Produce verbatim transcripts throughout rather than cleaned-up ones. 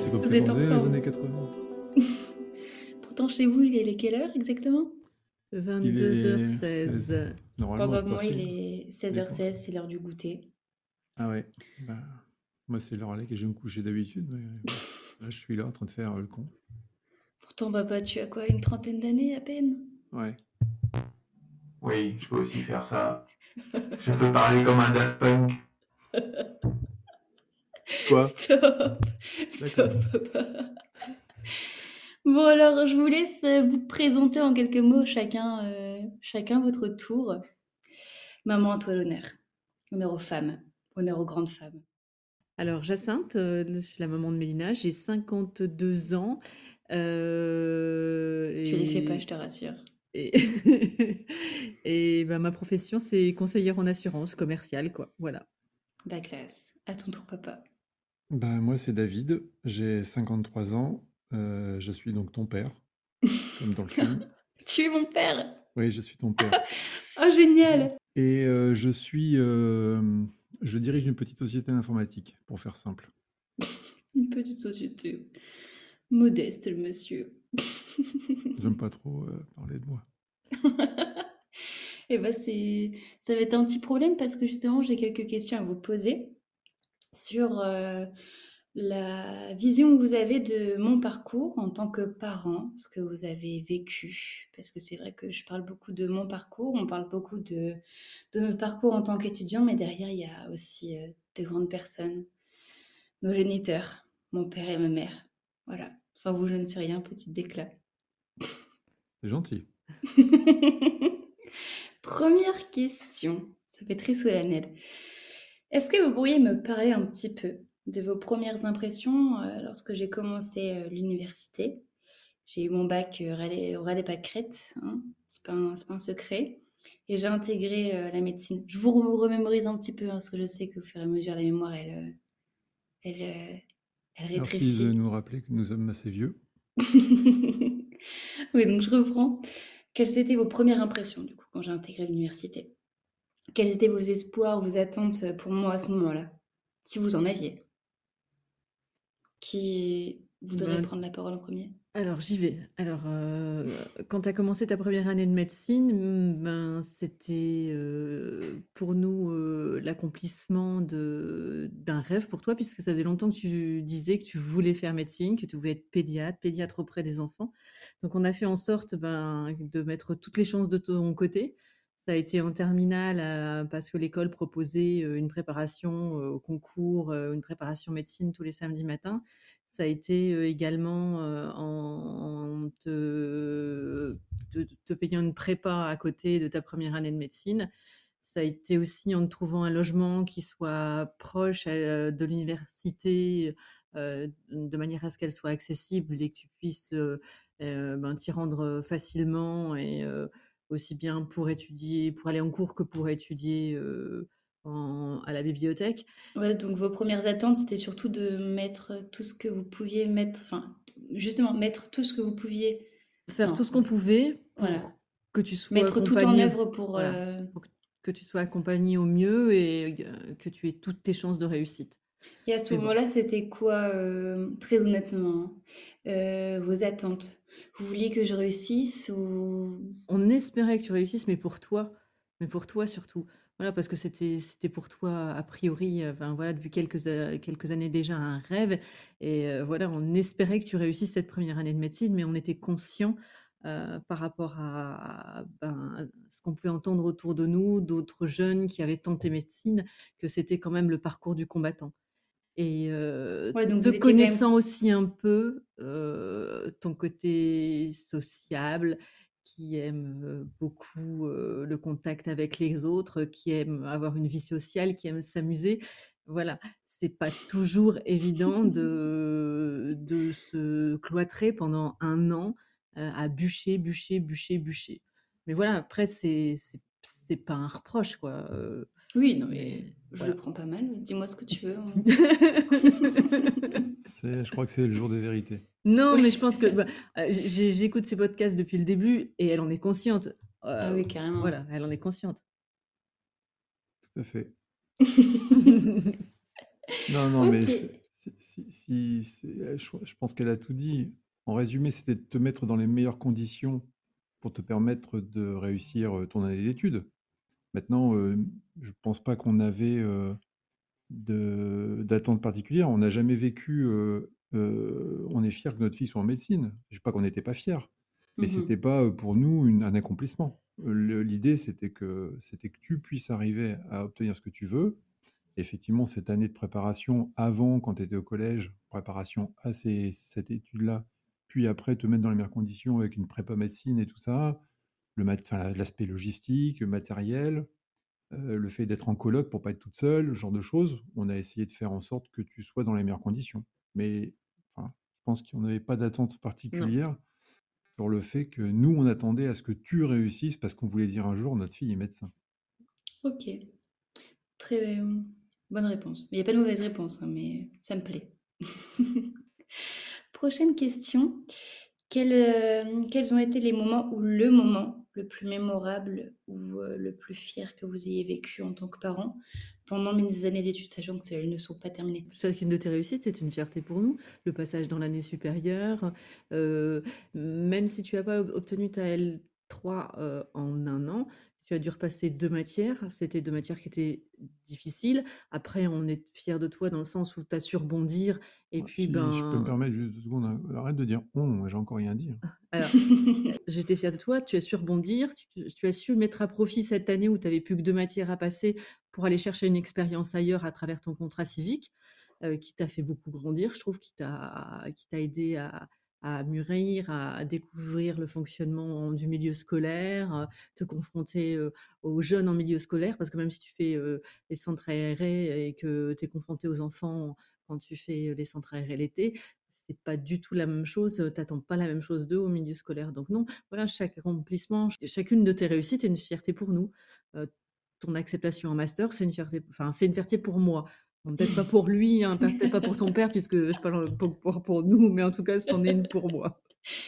c'est comme Vous ça êtes qu'on en faisait dans les forme. années quatre-vingts. Pourtant, chez vous, il est les quelle heure exactement? Il vingt-deux heures est seize. seize. Normalement, à Pendant cette moi, heure-ci. il est seize heures seize, c'est l'heure du goûter. Ah ouais. Bah, moi, c'est l'heure à laquelle je vais me coucher d'habitude. Mais bon, là, je suis là en train de faire euh, le con. Pourtant, papa, tu as quoi, une trentaine d'années à peine? Ouais. Oui, je peux aussi faire ça. Je peux parler comme un Daft Punk. Quoi? Stop. Stop, papa. Bon, alors, je vous laisse euh, vous présenter en quelques mots chacun, euh, chacun votre tour. Maman, à toi l'honneur. Honneur aux femmes. Honneur aux grandes femmes. Alors, Jacinthe, euh, je suis la maman de Mélina, j'ai cinquante-deux ans. euh, Tu les fais pas, et- je te rassure. Et, et ben, ma profession, c'est conseillère en assurance commerciale, quoi. Voilà. La classe. À ton tour, papa. Bah, moi, c'est David. J'ai cinquante-trois ans. Euh, je suis donc ton père, comme dans le film. Tu es mon père. Oui, je suis ton père. Oh, génial. Et euh, je suis, euh, je dirige une petite société d'informatique, pour faire simple. Une petite société. Modeste, le monsieur. J'aime pas trop euh, parler de moi. Et ben c'est, ça va être un petit problème parce que justement j'ai quelques questions à vous poser sur euh, la vision que vous avez de mon parcours en tant que parent, ce que vous avez vécu. Parce que c'est vrai que je parle beaucoup de mon parcours, on parle beaucoup de, de notre parcours en tant qu'étudiant, mais derrière il y a aussi euh, des grandes personnes, nos géniteurs, mon père et ma mère. Voilà, sans vous je ne suis rien, petit déclat. C'est gentil. Première question, ça fait très solennel. Est-ce que vous pourriez me parler un petit peu de vos premières impressions euh, lorsque j'ai commencé euh, l'université? J'ai eu mon bac euh, Rallye- au Rallye Pâquerettes, hein, c'est pas un, c'est pas un secret. Et j'ai intégré euh, la médecine. Je vous rem- remémorise un petit peu, hein, parce que je sais qu'au fur et à mesure, la mémoire, elle, euh, elle, euh, elle Merci de rétrécit. nous rappeler que nous sommes assez vieux. Oui, donc je reprends. Quelles étaient vos premières impressions, du coup, quand j'ai intégré l'université? Quels étaient vos espoirs, vos attentes pour moi à ce moment-là? Si vous en aviez. Qui voudrait Ben, prendre la parole en premier? Alors, j'y vais. Alors, euh, quand tu as commencé ta première année de médecine, mm, ben, c'était euh, pour nous euh, l'accomplissement de, d'un rêve pour toi, puisque ça faisait longtemps que tu disais que tu voulais faire médecine, que tu voulais être pédiatre, pédiatre auprès des enfants. Donc, on a fait en sorte ben, de mettre toutes les chances de ton côté. Ça a été en terminale euh, parce que l'école proposait euh, une préparation euh, au concours, euh, une préparation médecine tous les samedis matins. Ça a été euh, également euh, en, en te, te, te payant une prépa à côté de ta première année de médecine. Ça a été aussi en te trouvant un logement qui soit proche euh, de l'université, euh, de manière à ce qu'elle soit accessible et que tu puisses euh, euh, ben, t'y rendre facilement, et euh, aussi bien pour étudier, pour aller en cours que pour étudier euh, en- à la bibliothèque. Ouais, donc vos premières attentes, c'était surtout de mettre tout ce que vous pouviez mettre, enfin, justement, mettre tout ce que vous pouviez, Faire non, tout ce qu'on pouvait pour voilà, que tu sois mettre tout en accompagné, œuvre pour... voilà, euh, pour que que tu sois accompagné au mieux et euh, que tu aies toutes tes chances de réussite. Et à ce Mais bon, moment-là, c'était quoi, euh, très honnêtement, hein, euh, vos attentes? Vous vouliez que je réussisse ou... on espérait que tu réussisses, mais pour toi, mais pour toi surtout. Voilà, parce que c'était c'était pour toi a priori, euh, enfin voilà, depuis quelques a- quelques années déjà un rêve. Et euh, voilà, on espérait que tu réussisses cette première année de médecine, mais on était conscient euh, par rapport à, ben, à ce qu'on pouvait entendre autour de nous, d'autres jeunes qui avaient tenté médecine, que c'était quand même le parcours du combattant. Et euh, Ouais, donc te vous étiez quand même... connaissant aussi un peu, euh, ton côté sociable, qui aime euh, beaucoup euh, le contact avec les autres, qui aime avoir une vie sociale, qui aime s'amuser, voilà, c'est pas toujours évident de, de se cloîtrer pendant un an euh, à bûcher, bûcher, bûcher, bûcher. Mais voilà, après, c'est, c'est, c'est pas un reproche, quoi. euh, Oui, non, mais mais je voilà. le prends pas mal. Dis-moi ce que tu veux, hein. C'est, je crois que c'est le jour des vérités. Non, Ouais. mais je pense que bah, euh, j'ai- j'écoute ses podcasts depuis le début et elle en est consciente. Ah Euh, oui, carrément. voilà, elle en est consciente. Tout à fait. Non, non, mais Ok. je- si, si- si- si- elle- je, je pense qu'elle a tout dit. En résumé, c'était de te mettre dans les meilleures conditions pour te permettre de réussir euh, ton année d'études. Maintenant, euh, je pense pas qu'on avait euh, de- d'attente particulière. On n'a jamais vécu. Euh, euh, on est fier que notre fille soit en médecine. Je ne dis pas qu'on n'était pas fier, mais c'était Mhm. pas euh, pour nous une- un accomplissement. Euh, le- L'idée, c'était que c'était que tu puisses arriver à obtenir ce que tu veux. Effectivement, cette année de préparation avant, quand tu étais au collège, préparation à ces, cette étude-là, puis après te mettre dans les meilleures conditions avec une prépa médecine et tout ça, le mat- enfin, la- l'aspect logistique, le matériel, euh, le fait d'être en coloc pour pas être toute seule, ce genre de choses, on a essayé de faire en sorte que tu sois dans les meilleures conditions. Mais enfin, je pense qu'on n'avait pas d'attente Non. particulière sur le fait que nous, on attendait à ce que tu réussisses parce qu'on voulait dire un jour, notre fille est médecin. Ok, très bonne réponse. Il n'y a pas de mauvaise réponse, hein, mais ça me plaît. Prochaine question. Quels, euh, quels ont été les moments ou le moment le plus mémorable ou euh, le plus fier que vous ayez vécu en tant que parent pendant mes années d'études, sachant que elles ne sont pas terminées? Chacune de tes réussites, c'est une fierté pour nous. Le passage dans l'année supérieure, euh, même si tu n'as pas ob- obtenu ta L trois euh, en un an, tu as dû repasser deux matières. C'était deux matières qui étaient difficiles. Après, on est fiers de toi dans le sens où tu as su rebondir. Et puis, Si je peux me ben, permettre juste deux secondes, hein, arrête de dire on, j'ai encore rien dit. alors, j'étais fière de toi, tu as su rebondir, tu, tu as su mettre à profit cette année où tu n'avais plus que deux matières à passer pour aller chercher une expérience ailleurs à travers ton contrat civique, euh, qui t'a fait beaucoup grandir, je trouve, qui t'a qui t'a aidé à, à mûrir, à, à découvrir le fonctionnement du milieu scolaire, euh, te confronter euh, aux jeunes en milieu scolaire, parce que même si tu fais euh, les centres aérés et que tu es confronté aux enfants quand tu fais les centres aérés l'été, c'est pas du tout la même chose, tu n'attends pas la même chose d'eux au milieu scolaire. Donc non, voilà, chaque accomplissement, chacune de tes réussites est une fierté pour nous. Euh, ton acceptation en master, c'est une fierté, enfin, c'est une fierté pour moi. Bon, peut-être pas pour lui, hein, peut-être pas pour ton père, puisque je parle pour, pour, pour nous, mais en tout cas, c'en est une pour moi.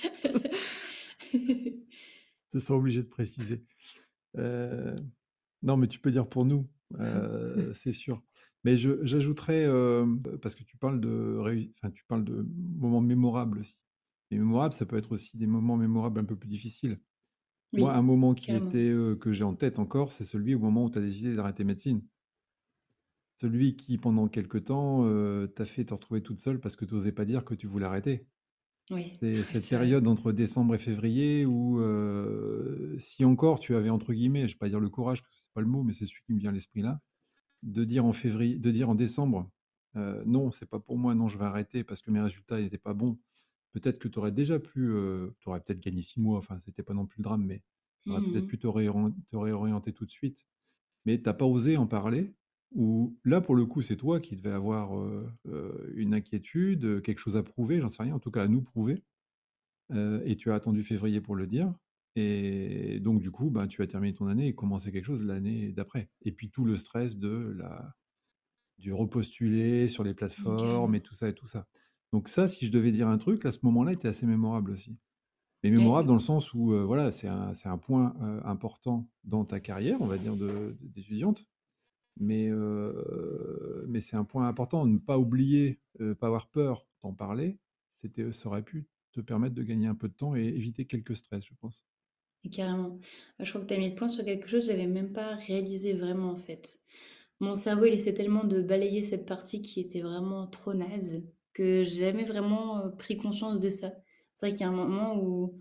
Je sens obligé de préciser. Euh, non, mais tu peux dire pour nous, euh, c'est sûr. Mais je- j'ajouterais, euh, parce que tu parles de, réu- enfin, tu parles de moments mémorables aussi. Les mémorables, ça peut être aussi des moments mémorables un peu plus difficiles. Moi, un Oui, moment qui carrément. était, euh, que j'ai en tête encore, c'est celui au moment où tu as décidé d'arrêter médecine. Celui qui, pendant quelque temps, euh, t'a fait te retrouver toute seule parce que tu n'osais pas dire que tu voulais arrêter. Oui, C'est cette c'est vrai. période entre décembre et février où, euh, si encore tu avais, entre guillemets, je ne vais pas dire le courage, parce que c'est pas le mot, mais c'est celui qui me vient à l'esprit là, de dire en février, de dire en décembre, euh, non, c'est pas pour moi, non, je vais arrêter parce que mes résultats n'étaient pas bons. Peut-être que tu aurais déjà pu, tu aurais peut-être gagné six mois, enfin, c'était pas non plus le drame, mais tu aurais peut-être Mhm. pu te réorien- te réorienter tout de suite. Mais t'as pas osé en parler. Ou là, pour le coup, c'est toi qui devais avoir euh, euh, une inquiétude, euh, quelque chose à prouver, j'en sais rien, en tout cas à nous prouver. Euh, et tu as attendu février pour le dire. Et donc, du coup, bah, tu as terminé ton année et commencé quelque chose l'année d'après. Et puis tout le stress de la, du repostuler sur les Oui, plateformes carrément. et tout ça et tout ça. Donc ça, si je devais dire un truc, à ce moment-là, était assez mémorable aussi. Mais Oui, mémorable oui. dans le sens où, euh, voilà, c'est un, c'est un point euh, important dans ta carrière, on va dire, de- d'étudiante. Mais, euh, mais c'est un point important, ne pas oublier, euh, pas avoir peur d'en parler. C'était, ça aurait pu te permettre de gagner un peu de temps et éviter quelques stress, je pense. Et carrément. Bah, je crois que tu as mis le point sur quelque chose que j'avais même pas réalisé vraiment en fait. Mon cerveau, il essaie tellement de balayer cette partie qui était vraiment trop naze que j'ai jamais vraiment euh, pris conscience de ça. C'est vrai qu'il y a un moment où,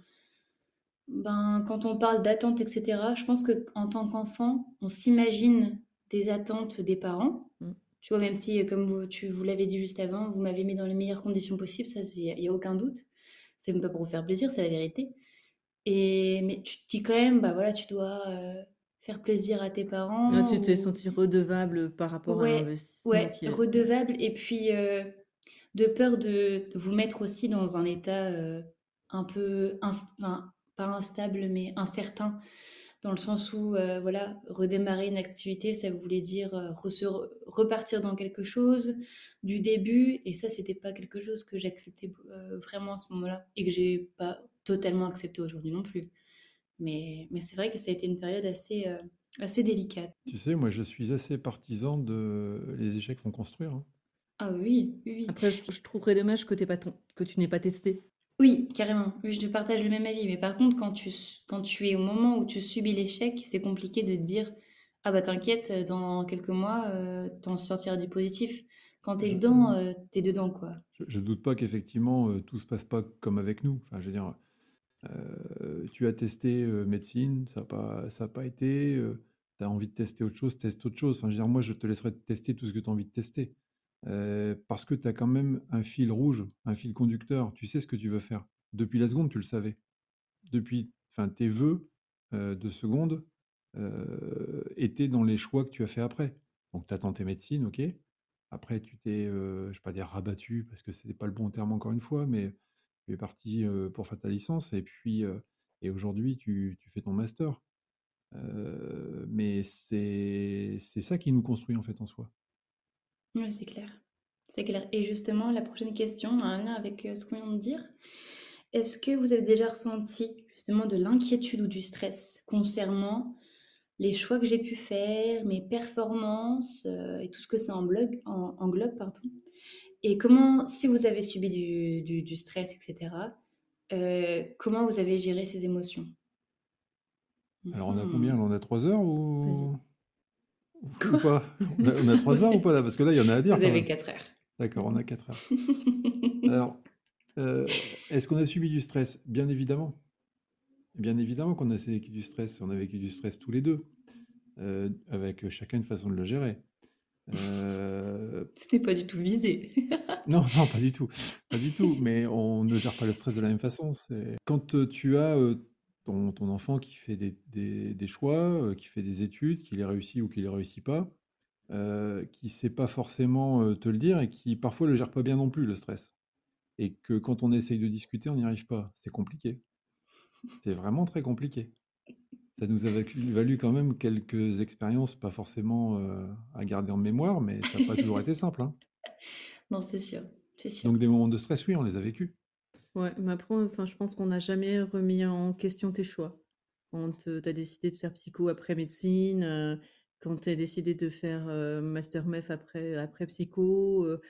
ben, quand on parle d'attente, et cetera, je pense que en tant qu'enfant, on s'imagine des attentes des parents. Mm. Tu vois, même si, euh, comme vous, tu, vous l'avez dit juste avant, vous m'avez mis dans les meilleures conditions possibles, ça, il n'y a aucun doute. C'est même pas pour vous faire plaisir, c'est la vérité. Et, mais tu te dis quand même, bah voilà, tu dois euh, faire plaisir à tes Ah, parents tu t'es ou senti redevable par rapport à ouais, l'investissement ouais, qui est. redevable. Et puis euh, de peur de, de vous mettre aussi dans un état euh, un peu, inst- enfin, pas instable, mais incertain, dans le sens où, euh, voilà, redémarrer une activité, ça voulait dire euh, re- se re- repartir dans quelque chose du début. Et ça, c'était pas quelque chose que j'acceptais euh, vraiment à ce moment-là et que j'ai pas totalement accepté aujourd'hui non plus. Mais, mais c'est vrai que ça a été une période assez, euh, assez délicate. Tu sais, moi, je suis assez partisan de les échecs font construire, hein. Ah oui, oui, oui. Après, je, je trouverais dommage que, t'aies pas ton- que tu n'aies pas testé. Oui, carrément. Oui, je partage le même avis. Mais par contre, quand tu, s- quand tu es au moment où tu subis l'échec, c'est compliqué de te dire, ah bah t'inquiète, dans quelques mois, euh, t'en sortiras du positif. Quand t'es Je, dedans, euh, t'es dedans, quoi. je, je doute pas qu'effectivement euh, tout se passe pas comme avec nous. Enfin, je veux dire, euh, tu as testé euh, médecine, ça n'a pas, ça a pas été. Tu as envie de tester autre chose, teste autre chose. Enfin, je veux dire, moi, je te laisserai tester tout ce que tu as envie de tester. Euh, parce que tu as quand même un fil rouge, un fil conducteur. Tu sais ce que tu veux faire. Depuis la seconde, tu le savais. Depuis, enfin, tes vœux euh, de seconde euh, étaient dans les choix que tu as fait après. Donc, tu as tenté médecine, ok. Après, tu t'es, euh, je ne vais pas dire rabattu, parce que ce n'est pas le bon terme encore une fois, mais tu es parti euh, pour faire ta licence, et puis, euh, et aujourd'hui, tu, tu fais ton master. Euh, mais c'est c'est ça qui nous construit en fait en soi. Oui, c'est clair. C'est clair. Et justement, la prochaine question a un lien avec euh, ce qu'on vient de dire. Est-ce que vous avez déjà ressenti justement de l'inquiétude ou du stress concernant les choix que j'ai pu faire, mes performances euh, et tout ce que ça englobe, en- englobe, pardon. Et comment, si vous avez subi du, du- du stress, et cetera, euh, comment vous avez géré ces émotions? Alors on a combien là? Mhm. On a trois heures Vas-y. ou, ou Quoi? pas? On a, on a trois heures ou pas là? Parce que là, il y en a à dire Vous quand avez même. quatre heures. D'accord, on a quatre heures. Alors, euh, est-ce qu'on a subi du stress? Bien évidemment. Bien évidemment qu'on a vécu du stress. On a vécu du stress tous les deux, euh, avec chacun une façon de le gérer. Euh, Ce n'est pas du tout visé. non, non, pas du tout. Pas du tout. Mais on ne gère pas le stress de la même façon. C'est... Quand euh, tu as euh, ton, ton enfant qui fait des, des- des choix, euh, qui fait des études, qui les réussit ou qui les réussit pas, euh, qui ne sait pas forcément euh, te le dire et qui parfois le gère pas bien non plus, le stress. Et que quand on essaye de discuter, on n'y arrive pas. C'est compliqué. C'est vraiment très compliqué. Ça nous a vacu- valu quand même quelques expériences, pas forcément euh, à garder en mémoire, mais ça n'a pas toujours été simple, hein. Non, c'est sûr, c'est sûr. Donc des moments de stress, oui, on les a vécus. Ouais, mais après, enfin, je pense qu'on n'a jamais remis en question tes choix. Quand tu as décidé de faire psycho après médecine, euh, quand tu as décidé de faire euh, master mef après, après psycho, euh,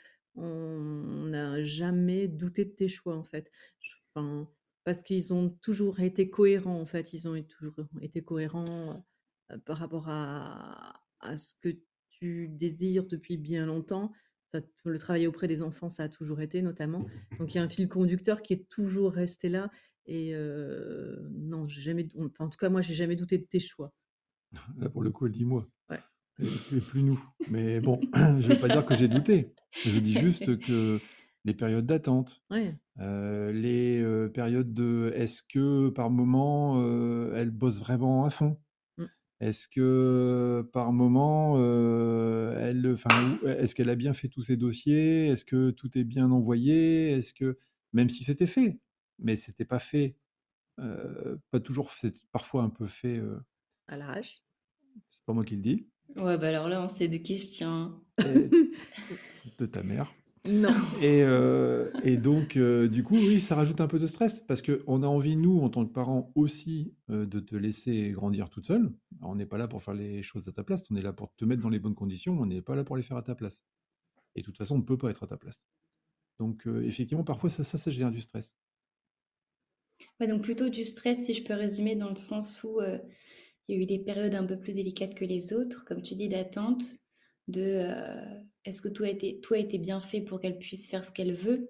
on n'a jamais douté de tes choix, en fait. Je- enfin, parce qu'ils ont toujours été cohérents, en fait. Ils ont toujours été cohérents euh, par rapport à, à ce que tu désires depuis bien longtemps. Ça, le travail auprès des enfants, ça a toujours été, notamment. Donc il y a un fil conducteur qui est toujours resté là. Et euh, non, j'ai jamais, enfin, en tout cas, moi, j'ai jamais douté de tes choix. Là, pour le coup, elle dit moi, Ouais. et plus, et plus nous. Mais bon, je ne veux pas dire que j'ai douté. Je dis juste que les périodes d'attente, Ouais. euh, les euh, périodes de est-ce que par moment euh, elle bosse vraiment à fond? Mm. Est-ce que par moment, euh, elle, enfin, ou- est-ce qu'elle a bien fait tous ses dossiers? Est-ce que tout est bien envoyé? Est-ce que, même si c'était fait, mais c'était pas fait, euh, pas toujours, c'est parfois un peu fait, euh, À l'arrache. c'est pas moi qui le dis, Ouais, bah alors là, on sait de qui je tiens. et de ta mère. Non. Et, euh, et donc, euh, du coup, oui, ça rajoute un peu de stress parce qu'on a envie, nous, en tant que parents, aussi euh, de te laisser grandir toute seule. Alors, on n'est pas là pour faire les choses à ta place, on est là pour te mettre dans les bonnes conditions, on n'est pas là pour les faire à ta place. Et de toute façon, on ne peut pas être à ta place. Donc, euh, effectivement, parfois, ça, ça, ça génère du stress. Ouais, donc plutôt du stress, si je peux résumer, dans le sens où euh, il y a eu des périodes un peu plus délicates que les autres, comme tu dis, d'attente, de euh, est-ce que tout a été, tout a été bien fait pour qu'elle puisse faire ce qu'elle veut,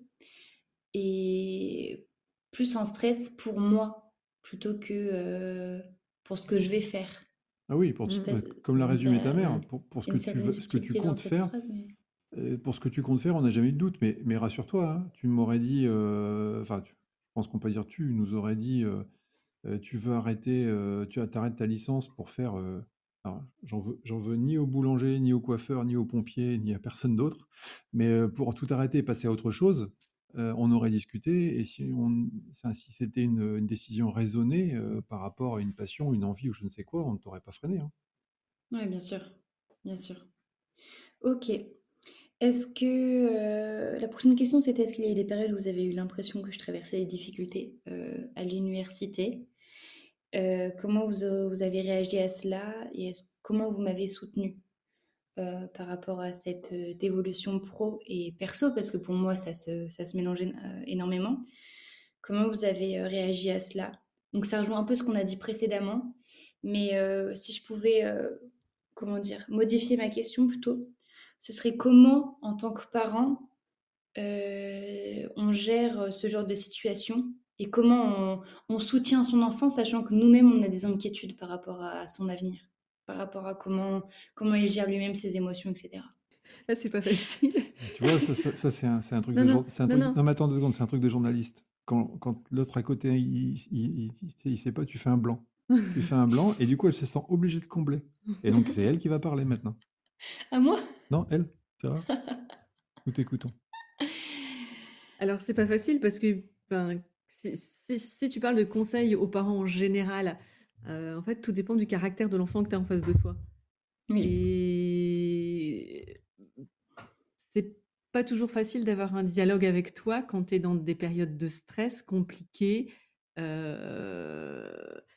et plus un stress pour moi, plutôt que euh, pour ce que je vais faire. Ah oui, pour, Je sais Mm. pas, bah, il comme l'a résumé ta y mère, Mm. pour, pour ce a que une tu certaine veux, ce que tu subtilité dans comptes cette faire, phrase, mais... euh, pour ce que tu comptes faire, on n'a jamais eu de doute. Mais, mais rassure-toi, hein, tu m'aurais dit, euh, enfin, tu- je pense qu'on peut dire tu, nous aurais dit, euh, euh, tu veux arrêter, euh, tu arrêtes ta licence pour faire. euh, alors, j'en veux, j'en veux ni au boulanger, ni au coiffeur, ni au pompier, ni à personne d'autre. Mais euh, pour tout arrêter et passer à autre chose, euh, on aurait discuté. Et si, on, enfin, si c'était une, une décision raisonnée euh, par rapport à une passion, une envie ou je ne sais quoi, on ne t'aurait pas freiné, hein. Oui, bien sûr, bien sûr. Ok. Est-ce que euh, la prochaine question, c'était est-ce qu'il y a eu des périodes où vous avez eu l'impression que je traversais des difficultés euh, à l'université? Euh, comment vous, euh, vous avez réagi à cela et est-ce- comment vous m'avez soutenu? euh, par rapport à cette euh, évolution pro et perso, parce que pour moi, ça se, ça se mélangeait euh, énormément. Comment vous avez euh, réagi à cela? Donc ça rejoint un peu ce qu'on a dit précédemment, mais euh, si je pouvais, euh, comment dire, modifier ma question plutôt, ce serait comment, en tant que parent, euh, on gère ce genre de situation et comment on, on soutient son enfant, sachant que nous-mêmes, on a des inquiétudes par rapport à son avenir, par rapport à comment, comment il gère lui-même ses émotions, et cetera. Ah, c'est pas facile. Tu vois, ça, ça, ça, c'est un, c'est un truc Non, de non, jour- c'est un non, truc. non. Non, mais attends deux secondes, c'est un truc de journaliste. Quand, quand l'autre à côté, il, il, il, il sait- il sait pas, tu fais un blanc. Tu fais un blanc et du coup, elle se sent obligée de combler. Et donc, c'est elle qui va parler maintenant. À moi? Non, elle, tu vois? Nous t'écoutons. Alors, c'est pas facile parce que ben, si, si- si tu parles de conseils aux parents en général, euh, en fait, tout dépend du caractère de l'enfant que tu as en face de toi. Oui. Et c'est pas toujours facile d'avoir un dialogue avec toi quand tu es dans des périodes de stress compliquées. Euh,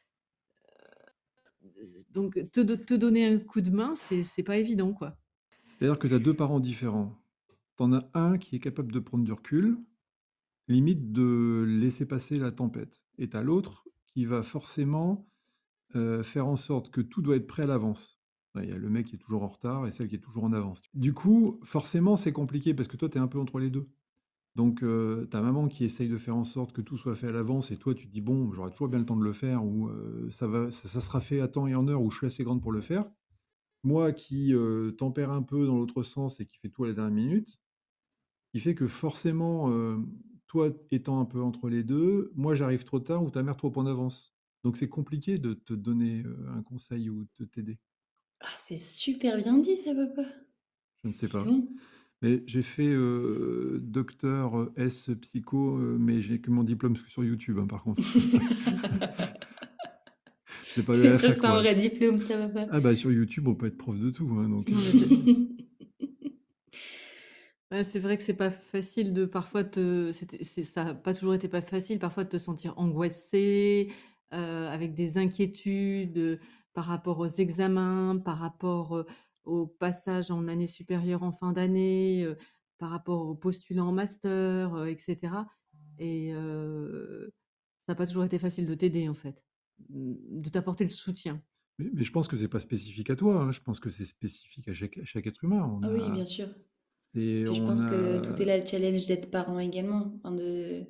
Donc, te, do- te donner un coup de main, c'est c'est pas évident, quoi. C'est-à-dire que tu as deux parents différents. Tu en as un qui est capable de prendre du recul, limite de laisser passer la tempête. Et tu as l'autre qui va forcément euh, faire en sorte que tout doit être prêt à l'avance. Ouais, il y a le mec qui est toujours en retard et celle qui est toujours en avance. Du coup, forcément, c'est compliqué parce que toi, tu es un peu entre les deux. Donc, euh, ta maman qui essaye de faire en sorte que tout soit fait à l'avance et toi, tu te dis, bon, j'aurai toujours bien le temps de le faire ou euh, ça, va, ça, ça sera fait à temps et en heure ou je suis assez grande pour le faire. Moi qui euh, tempère un peu dans l'autre sens et qui fait tout à la dernière minute, qui fait que forcément, euh, toi étant un peu entre les deux, moi j'arrive trop tard ou ta mère trop en avance. Donc c'est compliqué de te donner euh, un conseil ou de t'aider. Ah, c'est super bien dit, ça, papa. Je ne sais Dis pas. donc. Mais j'ai fait euh, docteur euh, S psycho, euh, mais j'ai que mon diplôme sur YouTube, hein, par contre. Je l'ai pas eu à T'es la sûr que fac, c'est un quoi. vrai diplôme, ça, papa? Ah bah sur YouTube, on peut être prof de tout, hein, donc. Non, mais c'est ouais, c'est vrai que c'est pas facile de parfois te. c'était- c'est- ça n'a pas toujours été pas facile, parfois de te sentir angoissé, euh, avec des inquiétudes euh, par rapport aux examens, par rapport euh, au passage en année supérieure en fin d'année, euh, par rapport aux postulants en master, euh, et cetera. Et euh, ça n'a pas toujours été facile de t'aider, en fait, de t'apporter le soutien. Mais, mais je pense que c'est pas spécifique à toi, hein. Je pense que c'est spécifique à chaque, à chaque être humain. On Ah oui, a, bien sûr. et Puis je on pense que tout est a, là le challenge d'être parent également. Enfin, de...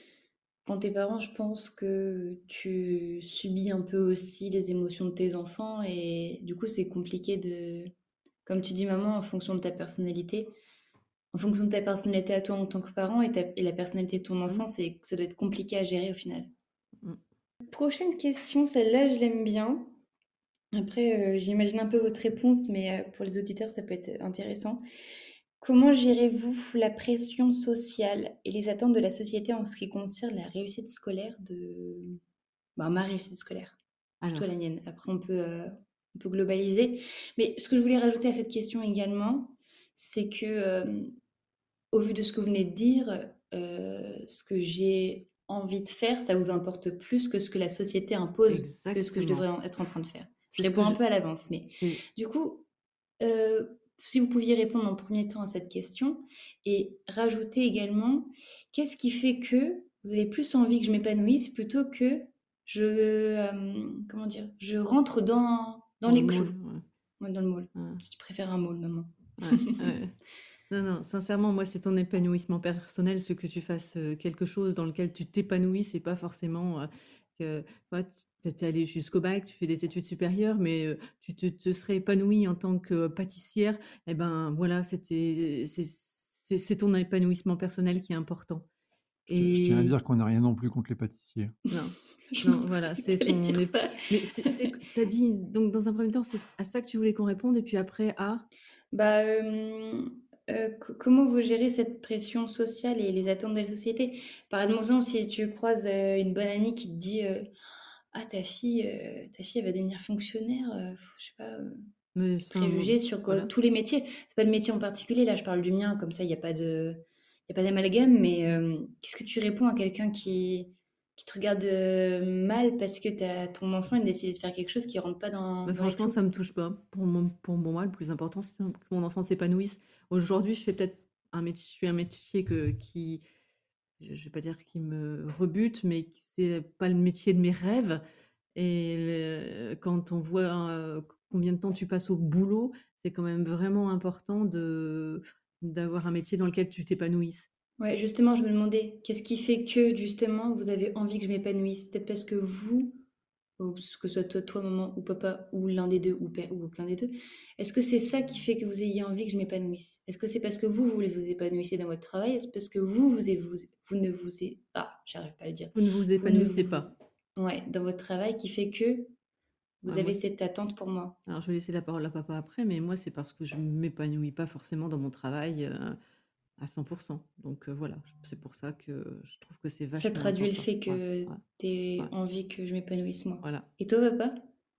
Quand t'es parent, je pense que tu subis un peu aussi les émotions de tes enfants et du coup c'est compliqué de, comme tu dis maman, en fonction de ta personnalité, en fonction de ta personnalité à toi en tant que parent et, ta- et la personnalité de ton enfant, Mm. c'est ça doit être compliqué à gérer au final. Mm. Prochaine question, celle-là je l'aime bien. Après, euh, j'imagine un peu votre réponse, mais euh, pour les auditeurs, ça peut être intéressant. Comment gérez-vous la pression sociale et les attentes de la société en ce qui concerne la réussite scolaire de... bah, ma réussite scolaire, plutôt Alors, la mienne. Après, on peut, euh, on peut globaliser. Mais ce que je voulais rajouter à cette question également, c'est que, euh, au vu de ce que vous venez de dire, euh, ce que j'ai envie de faire, ça vous importe plus que ce que la société impose, que ce que je devrais exactement. en- être en train de faire. Je C'est ce que réponds un je. peu à l'avance, mais Oui. du coup, euh, si vous pouviez répondre en premier temps à cette question et rajouter également, qu'est-ce qui fait que vous avez plus envie que je m'épanouisse plutôt que je, euh, comment dire, je rentre dans, dans Dans le les clous, moule. Ouais. ouais, dans le moule. Ouais. Si tu préfères un moule, maman. Ouais, ouais. Non, non, sincèrement, moi, c'est ton épanouissement personnel, ce que tu fasses euh, quelque chose dans lequel tu t'épanouis, c'est pas forcément euh, que ouais, tu es allé jusqu'au bac, tu fais des études supérieures, mais euh, tu te, te serais épanoui en tant que pâtissière, et ben voilà, c'était, c'est, c'est, c'est ton épanouissement personnel qui est important. je, je tiens à Et dire qu'on n'a rien non plus contre les pâtissiers. non, Je m'en non, voilà, doutais c'est que t'allais ton. dire ép- ça. Mais c'est, c'est, t'as dit, donc dans un premier temps, c'est à ça que tu voulais qu'on réponde, et puis après, à. Bah, euh, euh, co- comment vous gérez cette pression sociale et les attentes de la société? Par exemple, si tu croises euh, une bonne amie qui te dit euh, ah, ta fille, euh, ta fille, elle va devenir fonctionnaire, euh, pff, je sais pas, euh, Mais, des enfin, préjugés sur quoi- voilà. tous les métiers. C'est pas de métier en particulier, là, je parle du mien, comme ça, il n'y a pas de, il y a pas d'amalgame, mais euh, qu'est-ce que tu réponds à quelqu'un qui, qui te regardent euh, mal parce que t'as, ton enfant il a décidé de faire quelque chose qui rentre pas dans, Bah, dans les franchement, clous. ça me touche pas. Pour mon, pour moi, le plus important, c'est que mon enfant s'épanouisse. Aujourd'hui, je fais peut-être un métier, je fais un métier que, qui, je ne vais pas dire qui me rebute, mais qui- c'est pas le métier de mes rêves. Et le- quand on voit euh, combien de temps tu passes au boulot, c'est quand même vraiment important de d'avoir un métier dans lequel tu t'épanouisses. Ouais, justement, je me demandais, qu'est-ce qui fait que, justement, vous avez envie que je m'épanouisse? Peut-être parce que vous, ou que ce soit toi, toi, maman, ou papa, ou l'un des deux, ou père, ou aucun des deux, est-ce que c'est ça qui fait que vous ayez envie que je m'épanouisse? Est-ce que c'est parce que vous, vous voulez vous épanouissez dans votre travail? Est-ce parce que vous, vous, vous, vous ne vous... é- Ah, j'arrive pas à le dire. Vous ne vous Vous ne épanouissez vous... pas. Ouais, dans votre travail qui fait que Ah, vous moi, avez cette attente pour moi. alors je vais laisser la parole à papa après, mais moi, c'est parce que je ne m'épanouis pas forcément dans mon travail euh, à cent pour cent. Donc euh, voilà, c'est pour ça que je trouve que c'est Ça vachement traduit le important. fait Ouais, que ouais, t'aies ouais. envie que je m'épanouisse moi. Voilà. Et toi, papa?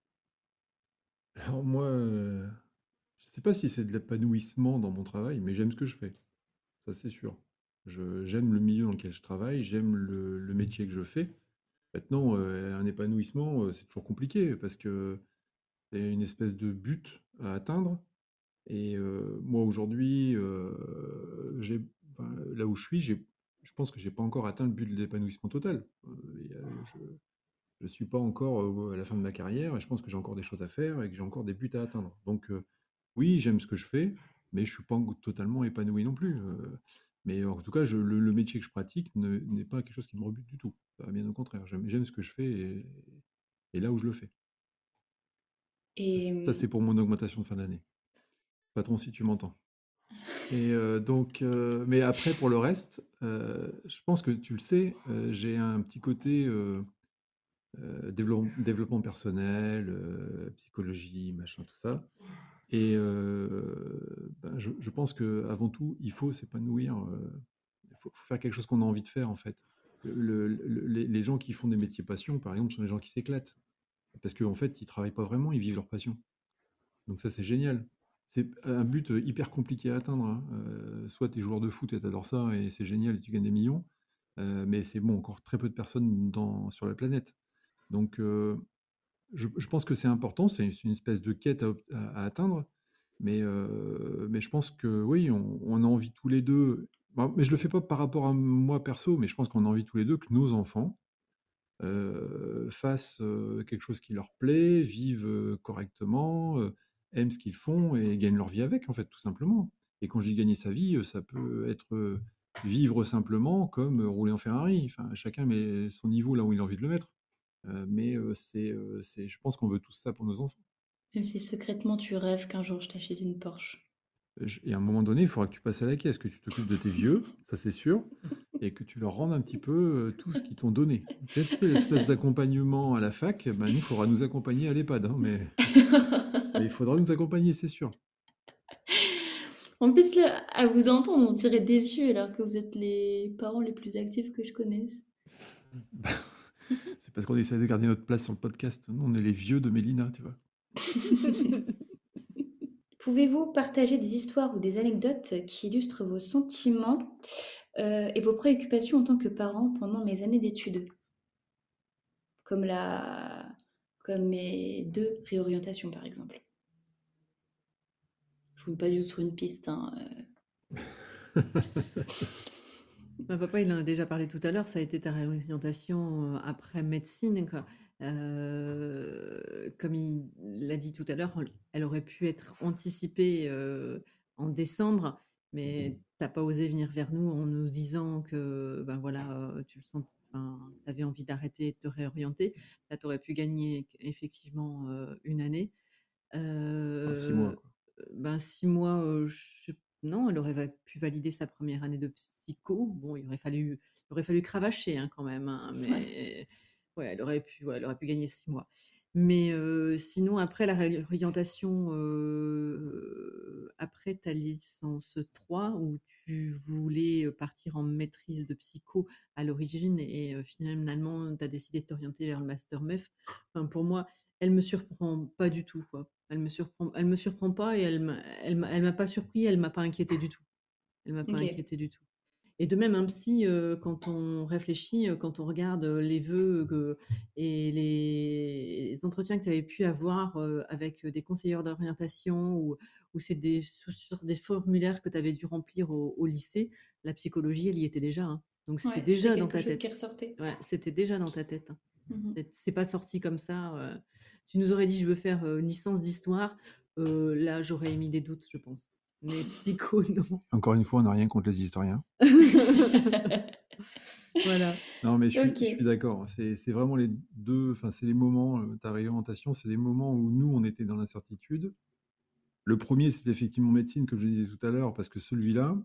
Alors moi, euh, je ne sais pas si c'est de l'épanouissement dans mon travail, mais j'aime ce que je fais. Ça, c'est sûr. Je, j'aime le milieu dans lequel je travaille, j'aime le, le métier que je fais. Maintenant, euh, un épanouissement, euh, c'est toujours compliqué parce que c'est une espèce de but à atteindre. Et euh, moi, aujourd'hui, euh, j'ai, enfin, là où je suis, j'ai, je pense que j'ai pas encore atteint le but de l'épanouissement total. Euh, et, euh, je ne suis pas encore euh, à la fin de ma carrière et je pense que j'ai encore des choses à faire et que j'ai encore des buts à atteindre. Donc, euh, oui, j'aime ce que je fais, mais je suis pas totalement épanoui non plus. Euh, mais en tout cas, je, le, le métier que je pratique ne- n'est pas quelque chose qui me rebute du tout. Ça, bien au contraire, j'aime, j'aime ce que je fais et, et là où je le fais. Et Ça, c'est pour mon augmentation de fin d'année. Patron, si tu m'entends. Et euh, donc, euh, mais après, pour le reste, euh, je pense que tu le sais, euh, j'ai un petit côté euh, euh, développement, développement personnel, euh, psychologie, machin, tout ça. Et euh, ben, je, je pense que avant tout, il faut s'épanouir. euh, Il faut, faut faire quelque chose qu'on a envie de faire, en fait. Le- le- les, les gens qui font des métiers passion, par exemple, sont des gens qui s'éclatent. Parce qu'en fait, ils travaillent pas vraiment, ils vivent leur passion. Donc ça, c'est génial. C'est un but euh, hyper compliqué à atteindre, hein. Euh, soit tu es joueur de foot et tu adores ça et c'est génial et tu gagnes des millions, euh, mais c'est bon, encore très peu de personnes dans, sur la planète. Donc euh, je, je pense que c'est important, c'est c'est une espèce de quête à, obt- à- à atteindre, mais, euh, mais je pense que oui, on, on a envie tous les deux, bon, mais je le fais pas par rapport à moi perso, mais je pense qu'on a envie tous les deux que nos enfants euh, fassent euh, quelque chose qui leur plaît, vivent euh, correctement, euh, aiment ce qu'ils font et gagnent leur vie avec, en fait, tout simplement. Et quand je dis gagner sa vie, euh, ça peut être euh, vivre simplement comme euh, rouler en Ferrari. Enfin, chacun met son niveau là où il a envie de le mettre. Euh, mais euh, c'est, euh, c'est, je pense qu'on veut tout ça pour nos enfants. même si secrètement tu rêves qu'un jour je t'achète une Porsche. Je- Et à un moment donné, il faudra que tu passes à la caisse, que tu t'occupes de tes vieux, ça c'est sûr, et que tu leur rendes un petit peu euh, tout ce qu'ils t'ont donné. Tu sais, tu sais, l'espèce d'accompagnement à la fac, ben, nous, il faudra nous accompagner à l'EHPAD, hein, mais, mais il faudra nous accompagner, c'est sûr. En plus, là, à vous entendre, on dirait des vieux alors que vous êtes les parents les plus actifs que je connaisse. Ben, c'est parce qu'on essaie de garder notre place sur le podcast. Nous, on est les vieux de Mélina, tu vois. Pouvez-vous partager des histoires ou des anecdotes qui illustrent vos sentiments euh, et vos préoccupations en tant que parent pendant mes années d'études, comme la, comme mes deux réorientations par exemple. Je vous mets pas du tout sur une piste, hein. euh. Ma papa, il en a déjà parlé tout à l'heure, ça a été ta réorientation euh, après médecine, quoi. Euh, comme il l'a dit tout à l'heure, elle aurait pu être anticipée euh, en décembre, mais t'as pas osé venir vers nous en nous disant que ben voilà, euh, tu le sens, enfin, tu avais envie d'arrêter et de te réorienter. Là, tu aurais pu gagner effectivement euh, une année. Enfin, six mois, Euh, quoi. ben, six mois, euh, je non, elle aurait va- pu valider sa première année de psycho. Bon, il aurait fallu, il aurait fallu cravacher hein, quand même, hein, Ouais. mais ouais, elle aurait pu, ouais, elle aurait pu gagner six mois. Mais euh, sinon, après la réorientation, euh, après ta licence trois, où tu voulais partir en maîtrise de psycho à l'origine et euh, finalement, tu as décidé de t'orienter vers le master M E F. Enfin, pour moi, elle me surprend pas du tout, quoi. Elle me surprend, elle me surprend pas et elle m'a, elle m'a, elle m'a pas surpris, elle m'a pas inquiété du tout. Elle m'a pas Ok. inquiété du tout. Et de même, un psy, euh, quand on réfléchit, euh, quand on regarde euh, les vœux que- et les entretiens que tu avais pu avoir euh, avec des conseillères d'orientation ou, ou c'est des, sous- sur des formulaires que tu avais dû remplir au, au lycée, la psychologie, elle y était déjà, hein. Donc c'était Ouais, c'était déjà dans quelque ta chose qui tête. ressortait. Ouais, c'était déjà dans ta tête, hein. Mhm. C'est c'est pas sorti comme ça. euh. Tu nous aurais dit, je veux faire euh, une licence d'histoire. Euh, là, j'aurais émis des doutes, je pense. Mais psycho, non. Encore une fois, on n'a rien contre les historiens. Voilà. Non, mais je suis, Ok. je suis d'accord. C'est c'est vraiment les deux, enfin, c'est les moments, euh, ta réorientation, c'est les moments où nous, on était dans l'incertitude. Le premier, c'était effectivement médecine, comme je disais tout à l'heure, parce que celui-là,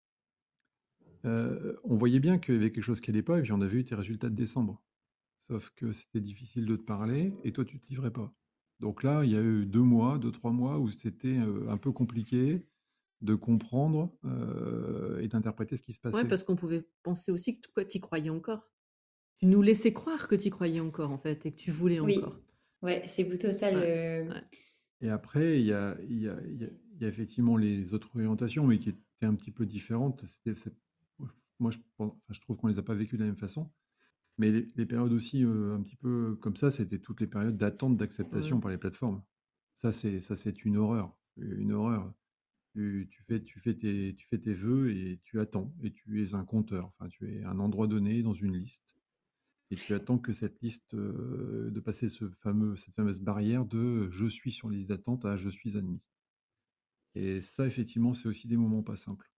euh, on voyait bien qu'il y avait quelque chose qui n'allait pas, et puis on avait eu tes résultats de décembre. Sauf que c'était difficile de te parler, et toi, tu ne te livrais pas. Donc là, il y a eu deux mois, deux, trois mois où c'était euh, un peu compliqué de comprendre euh, et d'interpréter ce qui se Ouais, passait. parce qu'on pouvait penser aussi que toi, tu y croyais encore. Tu nous laissais croire que tu y croyais encore, en fait, et que tu voulais Oui, encore. ouais, c'est plutôt ça Ouais, le. ouais. Et après, il y a, il y a- il y a- il y a effectivement les autres orientations, mais qui étaient un petit peu différentes. C'était- c'est- moi, je, pense- enfin, je trouve qu'on les a pas vécues de la même façon. Mais les, les périodes aussi, euh, un petit peu comme ça, c'était toutes les périodes d'attente d'acceptation Ouais. par les plateformes. Ça, c'est, ça, c'est une horreur. Une horreur. Tu, tu fais, tu fais tes, tu fais tes vœux et tu attends. Et tu es un compteur. Enfin, tu es à un endroit donné dans une liste. Et tu attends que cette liste, euh, de passer ce fameux, cette fameuse barrière de je suis sur liste d'attente à je suis admis. Et ça, effectivement, c'est aussi des moments pas simples.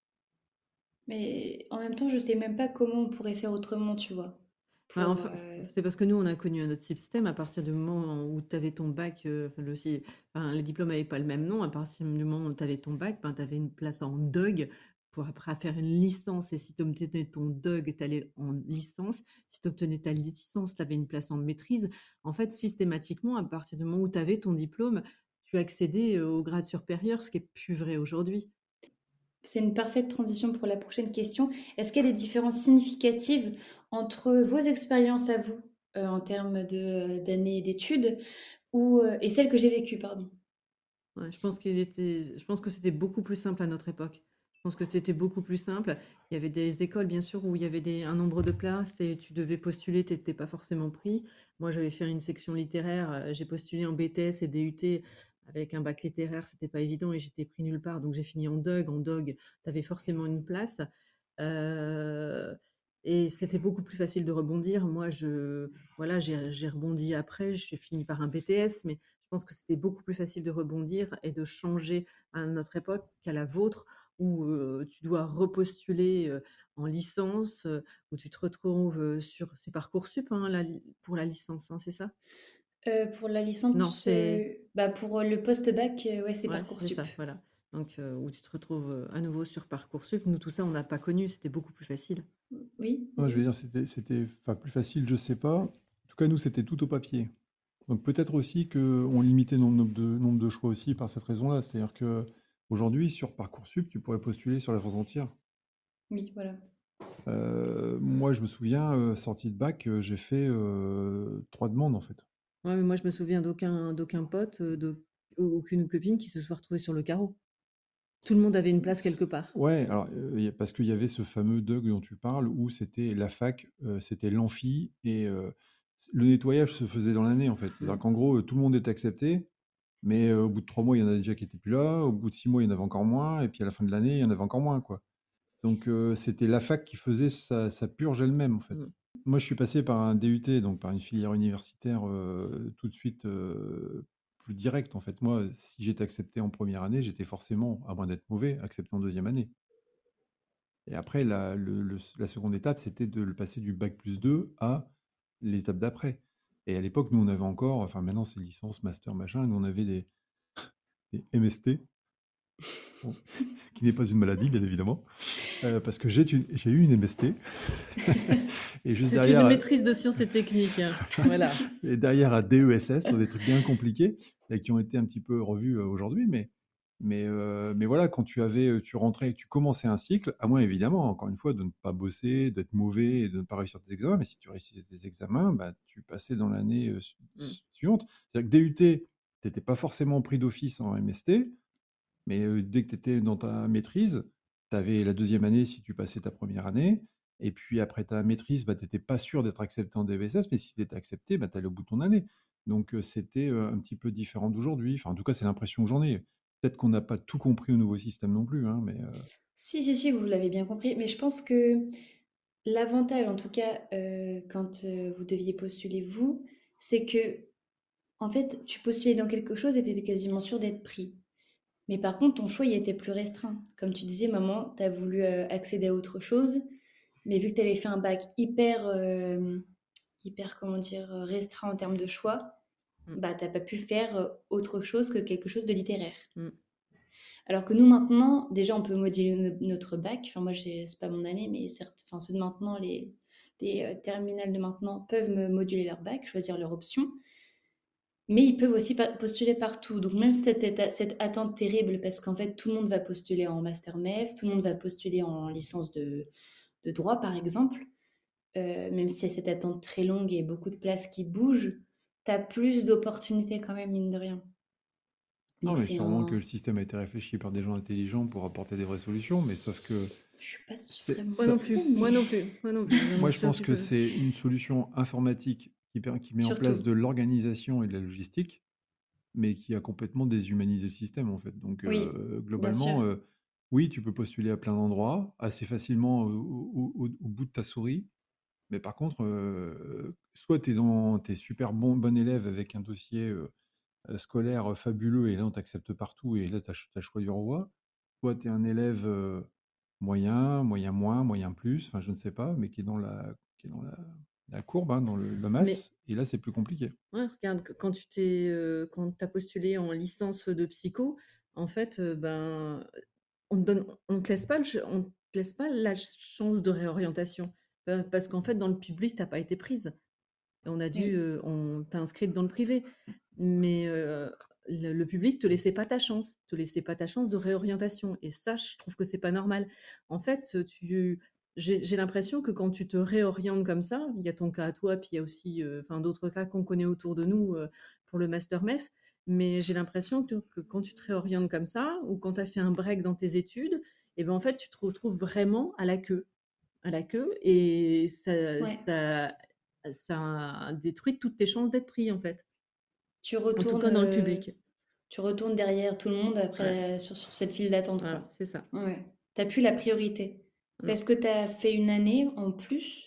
Mais en même temps, je sais même pas comment on pourrait faire autrement, tu vois. Ouais, Pour. enfin, euh, c'est parce que nous, on a connu un autre système à partir du moment où tu avais ton bac, euh, enfin, le, si- enfin, les diplômes n'avaient pas le même nom, à partir du moment où tu avais ton bac, ben, tu avais une place en D U G pour après faire une licence, et si tu obtenais ton D U G, tu allais en licence, si tu obtenais ta licence, tu avais une place en maîtrise. En fait, systématiquement, à partir du moment où tu avais ton diplôme, tu accédais euh, au grade supérieur, ce qui est plus vrai aujourd'hui. C'est une parfaite transition pour la prochaine question. Est-ce qu'il y a des différences significatives entre vos expériences à vous, euh, en termes de, d'années d'études, ou, euh, et celles que j'ai vécues, pardon? Ouais, je pense qu'il était, je pense que c'était beaucoup plus simple à notre époque. Je pense que c'était beaucoup plus simple. Il y avait des écoles, bien sûr, où il y avait des, un nombre de places et tu devais postuler, tu n'étais pas forcément pris. Moi, j'avais fait une section littéraire, euh, j'ai postulé en B T S et D U T avec un bac littéraire, c'était pas évident et j'étais pris nulle part. Donc, j'ai fini en D U G. En D U G, tu avais forcément une place. Euh, et c'était beaucoup plus facile de rebondir. Moi, je, voilà, j'ai j'ai rebondi après, j'ai fini par un B T S, mais je pense que c'était beaucoup plus facile de rebondir et de changer à notre époque qu'à la vôtre, où euh, tu dois repostuler euh, en licence, euh, où tu te retrouves euh, sur c'est Parcoursup, hein, la li- pour la licence, hein, c'est ça? Euh, pour la Non, licence, c'est euh, bah pour le post-bac, euh, ouais, c'est ouais, c'est Parcoursup. ça, voilà. Donc euh, où tu te retrouves euh, à nouveau sur Parcoursup. Nous, tout ça, on n'a pas connu, c'était beaucoup plus facile. Oui, Moi, je oui. vais dire, c'était, c'était, enfin, plus facile, je sais pas. En tout cas, nous, c'était tout au papier. Donc peut-être aussi qu'on limitait le nombre de, nombre de choix aussi par cette raison-là. C'est-à-dire que aujourd'hui, sur Parcoursup, tu pourrais postuler sur la France entière. Oui, voilà. Euh, moi, je me souviens, euh, sortie de bac, euh, j'ai fait euh, trois demandes en fait. Ouais, mais moi, je me souviens d'aucun d'aucun pote, euh, d'aucune copine qui se soit retrouvée sur le carreau. Tout le monde avait une place quelque part. Ouais, alors, euh, y a- parce qu'il y avait ce fameux D U G dont tu parles, où c'était la fac, euh, c'était l'amphi, et euh, le nettoyage se faisait dans l'année, en fait. C'est-à-dire qu'en gros, euh, tout le monde était accepté, mais euh, au bout de trois mois, il y en a déjà qui étaient plus là, au bout de six mois, il y en avait encore moins, et puis à la fin de l'année, il y en avait encore moins, quoi. Donc, euh, c'était la fac qui faisait sa, sa purge elle-même, en fait. Mm. Moi, je suis passé par un D U T, donc par une filière universitaire euh, tout de suite euh, plus directe, en fait. Moi, si j'étais accepté en première année, j'étais forcément, à moins d'être mauvais, accepté en deuxième année. Et après, la, le- le- la seconde étape, c'était de le passer du bac plus deux à l'étape d'après. Et à l'époque, nous, on avait encore, enfin maintenant c'est licence, master, machin, nous on avait des, des M S T, bon, qui n'est pas une maladie, bien évidemment, euh, parce que j'ai une- j'ai eu une M S T. Et juste C'est une derrière, maîtrise de sciences et techniques, hein. Voilà. et derrière à D E S S, dans des trucs bien compliqués, et qui ont été un petit peu revus euh, aujourd'hui, mais, mais, euh, mais voilà, quand tu avais, euh, tu rentrais, tu commençais un cycle, à moins évidemment, encore une fois, de ne pas bosser, d'être mauvais et de ne pas réussir tes examens, mais si tu réussissais tes examens, bah, tu passais dans l'année euh, su- Mm. suivante. C'est-à-dire que D U T, tu n'étais pas forcément pris d'office en M S T, mais euh, dès que tu étais dans ta maîtrise, tu avais la deuxième année si tu passais ta première année. Et puis après ta maîtrise, bah, tu n'étais pas sûr d'être accepté en D V S S, mais si tu étais accepté, bah, tu allais au bout de ton année. Donc euh, c'était euh, un petit peu différent d'aujourd'hui. Enfin, en tout cas, c'est l'impression que j'en ai. Peut-être qu'on n'a pas tout compris au nouveau système non plus, hein, mais euh, Si, si, si, vous l'avez bien compris. Mais je pense que l'avantage, en tout cas, euh, quand euh, vous deviez postuler vous, c'est que, en fait, tu postulais dans quelque chose et tu étais quasiment sûr d'être pris. Mais par contre, ton choix, il était plus restreint. Comme tu disais, maman, tu as voulu euh, accéder à autre chose, mais vu que tu avais fait un bac hyper, euh, hyper, comment dire, euh, restreint en termes de choix, Mm. bah, tu n'as pas pu faire euh, autre chose que quelque chose de littéraire. Mm. Alors que nous, maintenant, déjà, on peut moduler no- notre bac. Enfin, moi, j'ai- c'est pas mon année, mais certes, enfin, ceux de maintenant, les, les euh, terminales de maintenant peuvent me moduler leur bac, choisir leur option. Mais ils peuvent aussi pa- postuler partout. Donc même cette, éta- cette attente terrible, parce qu'en fait, tout le monde va postuler en master M E F, tout le monde va postuler en licence de, de droit, par exemple. Euh, même s'il y a cette attente très longue et beaucoup de places qui bougent, tu as plus d'opportunités quand même, mine de rien. non, Donc mais c'est sûrement que un... le système a été réfléchi par des gens intelligents pour apporter des vraies solutions, mais sauf que Je suis pas c'est, vraiment Moi non ça, plus, certaine, moi mais non plus, moi non plus. J'en moi, ai je sûr pense que que c'est une solution informatique qui, per- qui met en place surtout. de l'organisation et de la logistique, mais qui a complètement déshumanisé le système, en fait. Donc, Oui, euh, bien sûr. globalement, euh, oui, tu peux postuler à plein d'endroits, assez facilement euh, au, au- au- au bout de ta souris, mais par contre, euh, soit tu es dans, t'es super bon, bon élève avec un dossier euh, euh, scolaire fabuleux, et là, on t'accepte partout, et là, tu as choix du roi, soit tu es un élève euh, moyen, moyen moins, moyen plus, enfin, je ne sais pas, mais qui est dans la, qui est dans la, la courbe, hein, dans le, la Mais masse, et là, c'est plus compliqué. ouais, regarde, que- quand tu t'es, euh, quand t'as postulé en licence de psycho, en fait, euh, ben, on te donne, on te laisse pas, le ch- on te laisse pas la chance de réorientation. Euh, Parce qu'en fait, dans le public, t'as pas été prise. Et on a dû, Oui, euh, on t'a inscrite dans le privé. Mais euh, le, le public te laissait pas ta chance, te laissait pas ta chance de réorientation. Et ça, je trouve que c'est pas normal. En fait, tu, j'ai j'ai l'impression que quand tu te réorientes comme ça, il y a ton cas à toi, puis il y a aussi, euh, enfin, d'autres cas qu'on connaît autour de nous euh, pour le master M E F. Mais j'ai l'impression que, que quand tu te réorientes comme ça, ou quand tu as fait un break dans tes études, et ben en fait, tu te retrouves vraiment à la queue, à la queue, et ça, ouais. ça, ça détruit toutes tes chances d'être pris, en fait. Tu En tout retournes, cas, dans le euh, public. tu retournes derrière tout le monde Ouais, après la- sur, sur cette file d'attente, voilà, quoi. c'est ça. Ouais. T'as plus la priorité. Mm. Parce que t'as fait une année en plus,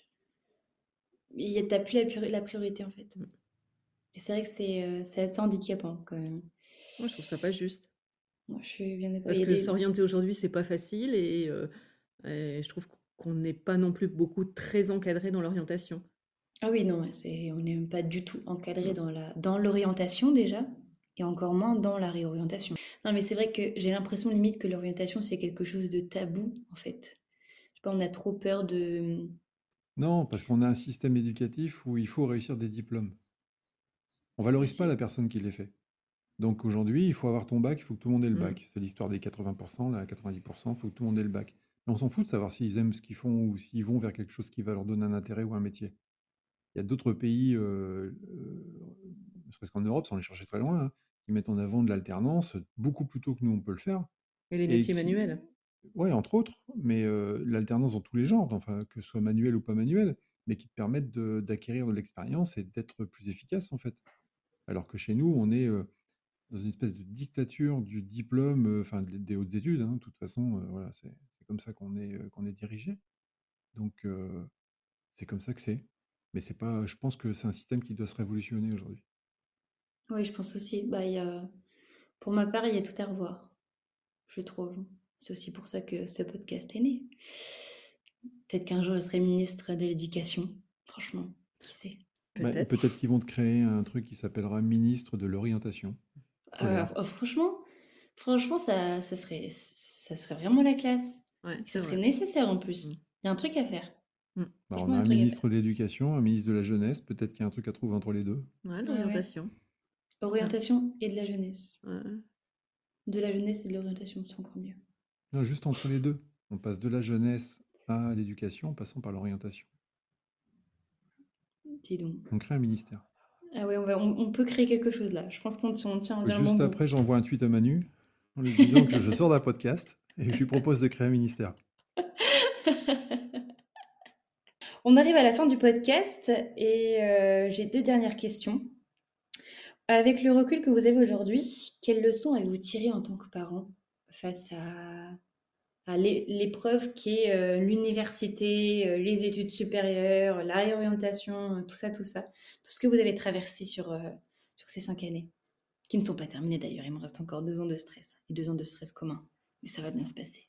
il y a- t'as plus la, priori- la priorité, en fait. Mm. Et c'est vrai que c'est euh, c'est assez handicapant, quand même. Moi, je trouve ça pas juste. Moi, je suis bien d'accord. Il Parce y a que des... s'orienter aujourd'hui, c'est pas facile et, euh, et je trouve qu'on n'est pas non plus beaucoup très encadré dans l'orientation. Ah oui, non, ouais, c'est, on n'est même pas du tout encadré Non. dans la, dans l'orientation déjà, et encore moins dans la réorientation. Non, mais c'est vrai que j'ai l'impression limite que l'orientation, c'est quelque chose de tabou, en fait. Je sais pas, on a trop peur de... Non, parce qu'on a un système éducatif où il faut réussir des diplômes. On valorise pas la Aussi. personne qui les fait. Donc aujourd'hui, il faut avoir ton bac, il faut que tout le monde ait le Mm. bac. C'est l'histoire des quatre-vingts pour cent, là, quatre-vingt-dix pour cent, il faut que tout le monde ait le bac. Mais on s'en fout de savoir s'ils aiment ce qu'ils font ou s'ils vont vers quelque chose qui va leur donner un intérêt ou un métier. Il y a d'autres pays, euh, euh, ne serait-ce qu'en Europe, sans les chercher très loin, hein, qui mettent en avant de l'alternance beaucoup plus tôt que nous on peut le faire. Et les Et métiers qui, manuels. ouais, entre autres, mais euh, l'alternance dans tous les genres, enfin, que ce soit manuel ou pas manuel, mais qui te permettent de- d'acquérir de, l'expérience et d'être plus efficace en fait. Alors que chez nous, on est euh, dans une espèce de dictature du diplôme, euh, enfin des, des hautes études. Hein, de toute façon, euh, voilà, c'est c'est comme ça qu'on est, euh, qu'on est dirigé. Donc euh, c'est comme ça que c'est. Mais c'est pas, je pense que c'est un système qui doit se révolutionner aujourd'hui. Oui, je pense aussi. Bah, il y a... Pour ma part, il y a tout à revoir, je trouve. C'est aussi pour ça que ce podcast est né. Peut-être qu'un jour, je serai ministre de l'Éducation. Franchement, qui sait? Bah, et Peut-être. peut-être qu'ils vont te créer un truc qui s'appellera ministre de l'orientation Euh, scolaire. oh, franchement, franchement, ça, ça serait, ça serait vraiment la classe. Ouais, Ça c'est serait vrai. nécessaire en Mm. plus. Il y a un truc à faire. Mm. Bah, on Franchement, a il y a un un truc à faire. ministre de l'Éducation, un ministre de la Jeunesse, peut-être qu'il y a un truc à trouver entre les deux. Ouais, Ouais, ouais. l'orientation. Ouais, Orientation et de la jeunesse. ouais. De la jeunesse et de l'orientation, c'est encore mieux. Non, juste entre les deux. On passe de la jeunesse à l'éducation en passant par l'orientation. Dis donc. On crée un ministère. Ah ouais, on, va, on, on peut créer quelque chose là. Je pense qu'on tient, on tient, on tient un bon Juste bout. après, j'envoie un tweet à Manu en lui disant que je sors d'un podcast et que je lui propose de créer un ministère. On arrive à la fin du podcast et euh, j'ai deux dernières questions. Avec le recul que vous avez aujourd'hui, quelles leçons avez-vous tirées en tant que parent face à, à l'é- l'épreuve qui est euh, l'université, euh, les études supérieures, la réorientation, euh, tout ça, tout ça, tout ce que vous avez traversé sur, euh, sur ces cinq années, qui ne sont pas terminées d'ailleurs. Il me reste encore deux ans de stress et deux ans de stress commun, mais ça va bien se passer.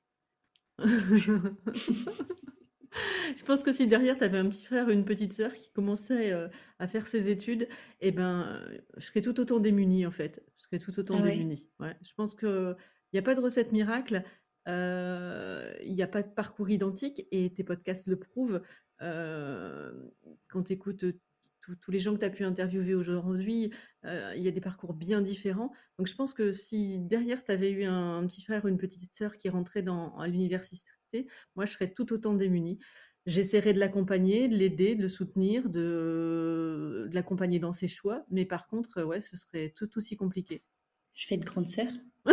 Je pense que si derrière, tu avais un petit frère ou une petite sœur qui commençait euh, à faire ses études, eh ben, euh, je serais tout autant démunie, en fait. Je serais tout autant Ah ouais. démunie. Ouais. Je pense qu'il n'y a pas de recette miracle, euh, il n'y a pas de parcours identique, et tes podcasts le prouvent. Euh, quand tu écoutes tous les gens que tu as pu interviewer aujourd'hui, euh, il y a des parcours bien différents. Donc je pense que si derrière, tu avais eu un, un petit frère ou une petite sœur qui rentrait dans, à l'université, moi, je serais tout autant démunie. J'essaierai de l'accompagner, de l'aider, de le soutenir, de, de l'accompagner dans ses choix. Mais par contre, ouais, ce serait tout aussi compliqué. Je vais être grande sœur.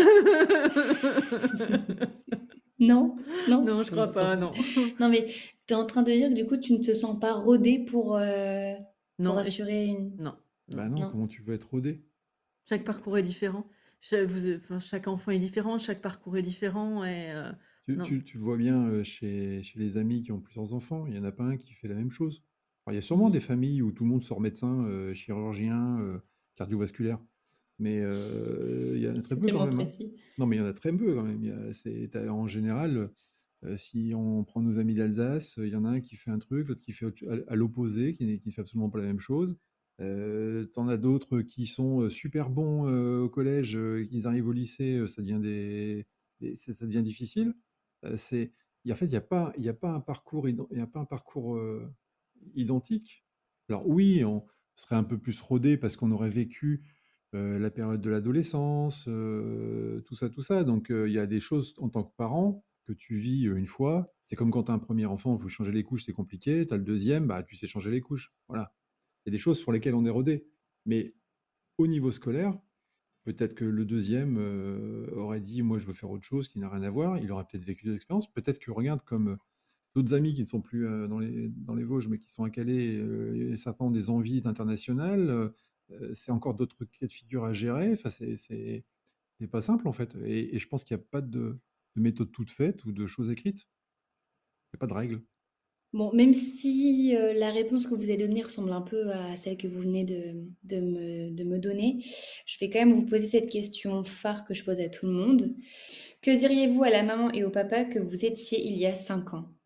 Non, non. Non, je crois Bon, pas, tant pis. non. Non, mais tu es en train de dire que du coup, tu ne te sens pas rodée pour, euh, pour Non, et- assurer une... non, non. Bah non, Non. comment tu veux être rodé? Chaque parcours est différent. Chaque, vous- enfin, chaque enfant est différent, chaque parcours est différent. Et euh, Tu, non. tu- tu le vois bien euh, chez, chez les amis qui ont plusieurs enfants, il n'y en a pas un qui fait la même chose. Alors, il y a sûrement des familles où tout le monde sort médecin, euh, chirurgien, euh, cardiovasculaire, mais euh, il y en a très C'est peu quand tellement même, hein. précis. Non, mais il y en a très peu quand même. Il y a- c'est, t'as- en général, euh, si on prend nos amis d'Alsace, euh, il y en a un qui fait un truc, l'autre qui fait autre- à, à l'opposé, qui, n'est- qui ne fait absolument pas la même chose. Euh, t'en as d'autres qui sont euh, super bons euh, au collège, euh, qu'ils arrivent au lycée, euh, ça devient des, des- ça, ça devient difficile. Euh, c'est, et en fait, il n'y a pas, il y a pas un parcours, ident- il y a pas un parcours euh, identique. Alors oui, on serait un peu plus rodé parce qu'on aurait vécu euh, la période de l'adolescence, euh, tout ça, tout ça. Donc euh, il y a des choses en tant que parent que tu vis euh, une fois. C'est comme quand tu as un premier enfant, il faut changer les couches, c'est compliqué. Tu as le deuxième, bah, tu sais changer les couches. Voilà. Il y a des choses sur lesquelles on est rodé. Mais au niveau scolaire, peut-être que le deuxième euh, aurait dit, moi je veux faire autre chose qui n'a rien à voir. Il aurait peut-être vécu des expériences. Peut-être que regarde comme euh, d'autres amis qui ne sont plus euh, dans les, dans les Vosges, mais qui sont à Calais, euh, et certains ont des envies d'international. Euh, euh, c'est encore d'autres cas de figure à gérer. Enfin, c'est, c'est, c'est pas simple en fait. Et, et je pense qu'il n'y a pas de, de méthode toute faite ou de choses écrites. Il n'y a pas de règles. Bon, même si euh, la réponse que vous avez donnée ressemble un peu à celle que vous venez de, de me, de me donner, je vais quand même vous poser cette question phare que je pose à tout le monde. Que diriez-vous à la maman et au papa que vous étiez il y a cinq ans?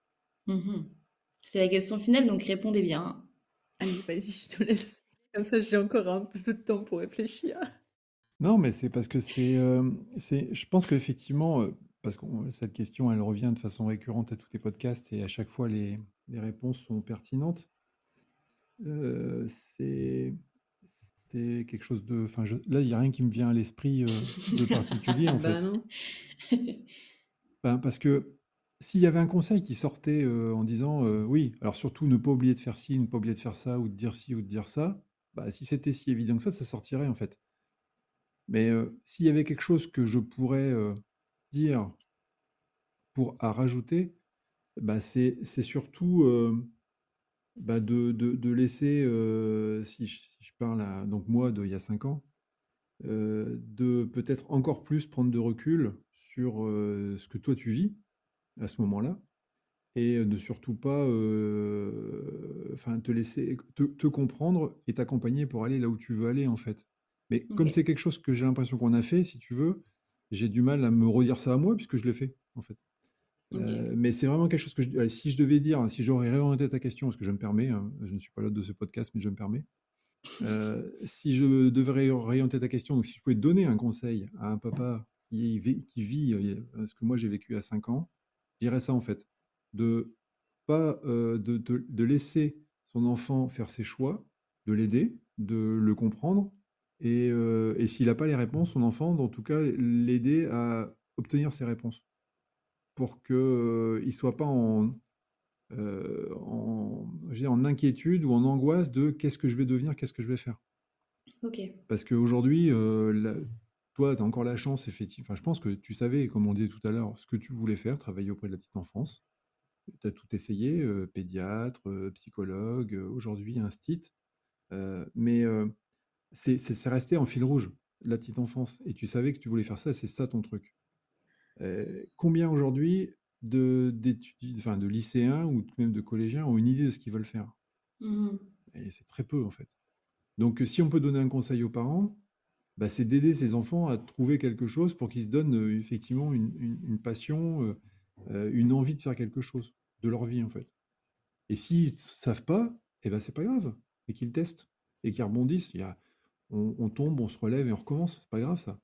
Mhm. C'est la question finale, donc répondez bien. Allez, vas-y, je te laisse. Comme ça, j'ai encore un peu de temps pour réfléchir. Non, mais c'est parce que c'est, euh, c'est, je pense qu'effectivement, euh, parce que cette question, elle revient de façon récurrente à tous tes podcasts et à chaque fois les, les réponses sont pertinentes. Euh, c'est, c'est quelque chose de, enfin, je- là, il n'y a rien qui me vient à l'esprit euh, de particulier en Bah fait. non. Ben, parce que s'il y avait un conseil qui sortait euh, en disant euh, oui, alors surtout ne pas oublier de faire ci, ne pas oublier de faire ça, ou de dire ci ou de dire ça, bah, si c'était si évident que ça, ça sortirait en fait. Mais euh, s'il y avait quelque chose que je pourrais euh, dire pour à rajouter, bah, c'est c'est surtout euh, bah, de, de- de laisser, euh, si, je si je parle à, donc moi d'il y a cinq ans, euh, de peut-être encore plus prendre de recul sur euh, ce que toi tu vis à ce moment-là et ne surtout pas euh, enfin, te laisser te, te comprendre et t'accompagner pour aller là où tu veux aller en fait. Mais Ok, comme c'est quelque chose que j'ai l'impression qu'on a fait, si tu veux, j'ai du mal à me redire ça à moi puisque je l'ai fait en fait. ok. Euh, mais c'est vraiment quelque chose que je, euh, si je devais dire, hein, si j'aurais réorienté ta question, parce que je me permets, hein, je ne suis pas l'hôte de ce podcast, mais je me permets. Euh, si je devais ré- réorienter ta question, donc si je pouvais donner un conseil à un papa qui, vit- qui vit euh, ce que moi j'ai vécu à cinq ans, je dirais ça en fait, de pas euh, de, de- de laisser son enfant faire ses choix, de l'aider, de le comprendre, et, euh, et s'il n'a pas les réponses, son enfant, en tout cas, l'aider à obtenir ses réponses pour qu'il ne soit pas en, euh, en, je veux dire, en inquiétude ou en angoisse de qu'est-ce que je vais devenir, qu'est-ce que je vais faire. Ok. Parce qu'aujourd'hui, euh, la- toi, tu as encore la chance, effectivement. Enfin, je pense que tu savais, comme on disait tout à l'heure, ce que tu voulais faire, travailler auprès de la petite enfance. Tu as tout essayé, euh, pédiatre, euh, psychologue, euh, aujourd'hui instit. Euh, mais euh, c'est, c'est, c'est resté en fil rouge, la petite enfance. Et tu savais que tu voulais faire ça, c'est ça ton truc. Euh, combien aujourd'hui de, d'étudiants, enfin, de lycéens ou même de collégiens ont une idée de ce qu'ils veulent faire? Mhm. Et c'est très peu, en fait. Donc, si on peut donner un conseil aux parents, bah, c'est d'aider ces enfants à trouver quelque chose pour qu'ils se donnent euh, effectivement une, une- une passion, euh, euh, une envie de faire quelque chose de leur vie, en fait. Et s'ils ne savent pas, eh ben, c'est pas grave. Et qu'ils testent et qu'ils rebondissent. Il y a, on, on tombe, on se relève et on recommence. C'est pas grave, ça.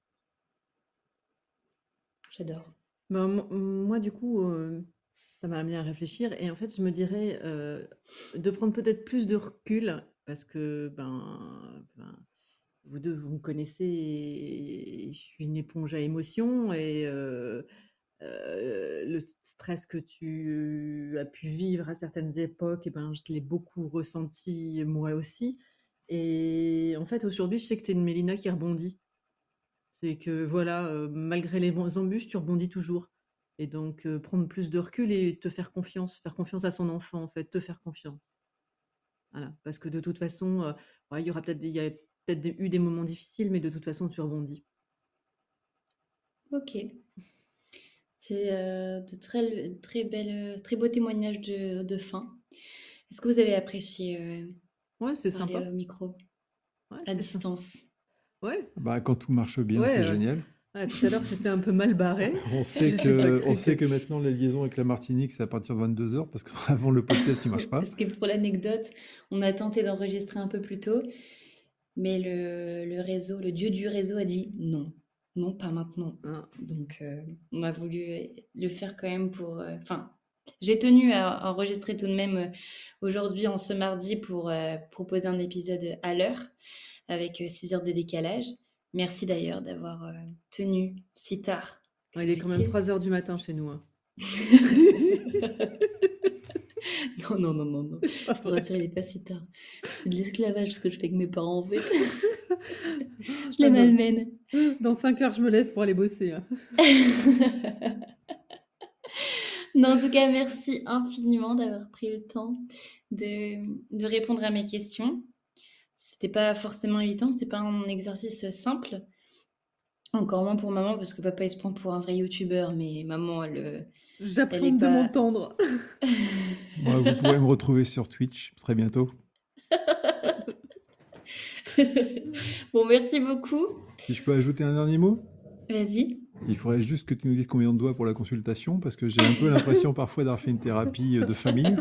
J'adore. Ben, mo- moi, du coup, euh, ça m'a amené à réfléchir. Et en fait, je me dirais euh, de prendre peut-être plus de recul parce que ben, ben, vous deux, vous me connaissez, et je suis une éponge à émotions et euh, euh, le stress que tu as pu vivre à certaines époques, et ben, je l'ai beaucoup ressenti moi aussi. Et en fait, aujourd'hui, je sais que tu es une Mélina qui rebondit. C'est que voilà, euh, malgré les embûches, tu rebondis toujours. Et donc, euh, prendre plus de recul et te faire confiance, faire confiance à son enfant, en fait, te faire confiance. Voilà, parce que de toute façon, euh, ouais, il y aura peut-être des- il y a peut-être des- eu des moments difficiles, mais de toute façon, tu rebondis. Ok. C'est euh, de très, très, belles, très beaux témoignages de, de fin. Est-ce que vous avez apprécié euh, Ouais, c'est parler sympa. au micro Ouais, à c'est sympa. distance? Ouais, Bah, quand tout marche bien, ouais, c'est euh, génial. ouais, tout à l'heure, c'était un peu mal barré. On sait J'ai pas que, cru on sait que- que maintenant, la liaison avec la Martinique, c'est à partir de vingt-deux heures, parce qu'avant, le podcast, il marche pas. Parce que pour l'anecdote, on a tenté d'enregistrer un peu plus tôt, mais le, le réseau, le dieu du réseau a dit non, non, pas maintenant. Ah, Donc, euh, on a voulu le faire quand même pour. euh, Enfin, j'ai tenu à enregistrer tout de même euh, aujourd'hui, en ce mardi, pour euh, proposer un épisode à l'heure, avec six heures de décalage. Merci d'ailleurs d'avoir euh, tenu si tard. ouais, il est quand même Utile. trois heures du matin chez nous. hein. Non, non, non, non, non. Pas Pour vrai. rassurer, il n'est pas si tard. C'est de l'esclavage ce que je fais avec mes parents, en fait. Je Ah les non. malmène. Dans cinq heures, je me lève pour aller bosser. hein. Non, en tout cas, merci infiniment d'avoir pris le temps de, de répondre à mes questions. C'était pas forcément évident, c'est pas un exercice simple. Encore moins pour maman, parce que papa il se prend pour un vrai youtubeur, mais maman, elle. euh, Elle est J'appréhende de pas. m'entendre. Moi, vous pourrez me retrouver sur Twitch très bientôt. Bon, merci beaucoup. Si je peux ajouter un dernier mot, Vas-y. il faudrait juste que tu nous dises combien on te doit pour la consultation, parce que j'ai un peu l'impression parfois d'avoir fait une thérapie euh, de famille.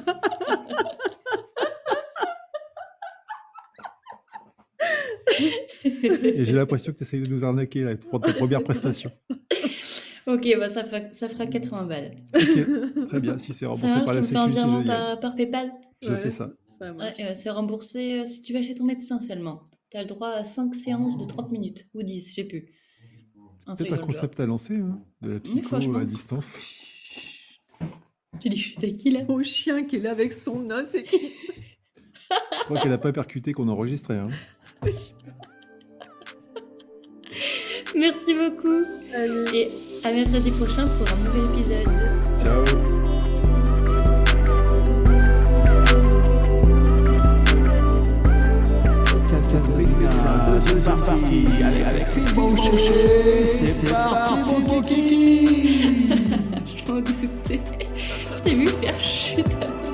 Et j'ai l'impression que tu essayes de nous arnaquer là, pour ta première prestation. Ok, bah ça, fa- ça fera quatre-vingts balles. Ok, très bien. Si c'est Ça remboursé marche, par tu la me fais un Sécu, c'est virement génial. par, par PayPal? Je Ouais, fais ça. Ça Ouais, marche. euh, c'est remboursé euh, si tu vas chez ton médecin seulement. Tu as le droit à cinq séances de trente minutes, ou dix, je sais plus. Un C'est truc un dans le genre. concept à lancer, hein, de la Oui, psycho franchement. à distance. Tu dis juste à qui là? Au chien qui est là avec son os et qui... Je crois qu'elle n'a pas percuté qu'on enregistrait. Hein. Merci beaucoup. Allez. Et à mercredi prochain pour un nouvel épisode. Ciao. Deuxième partie, allez, avec Fibo Chercher, c'est parti mon kiki. Je m'en doutais. Je t'ai vu faire chute.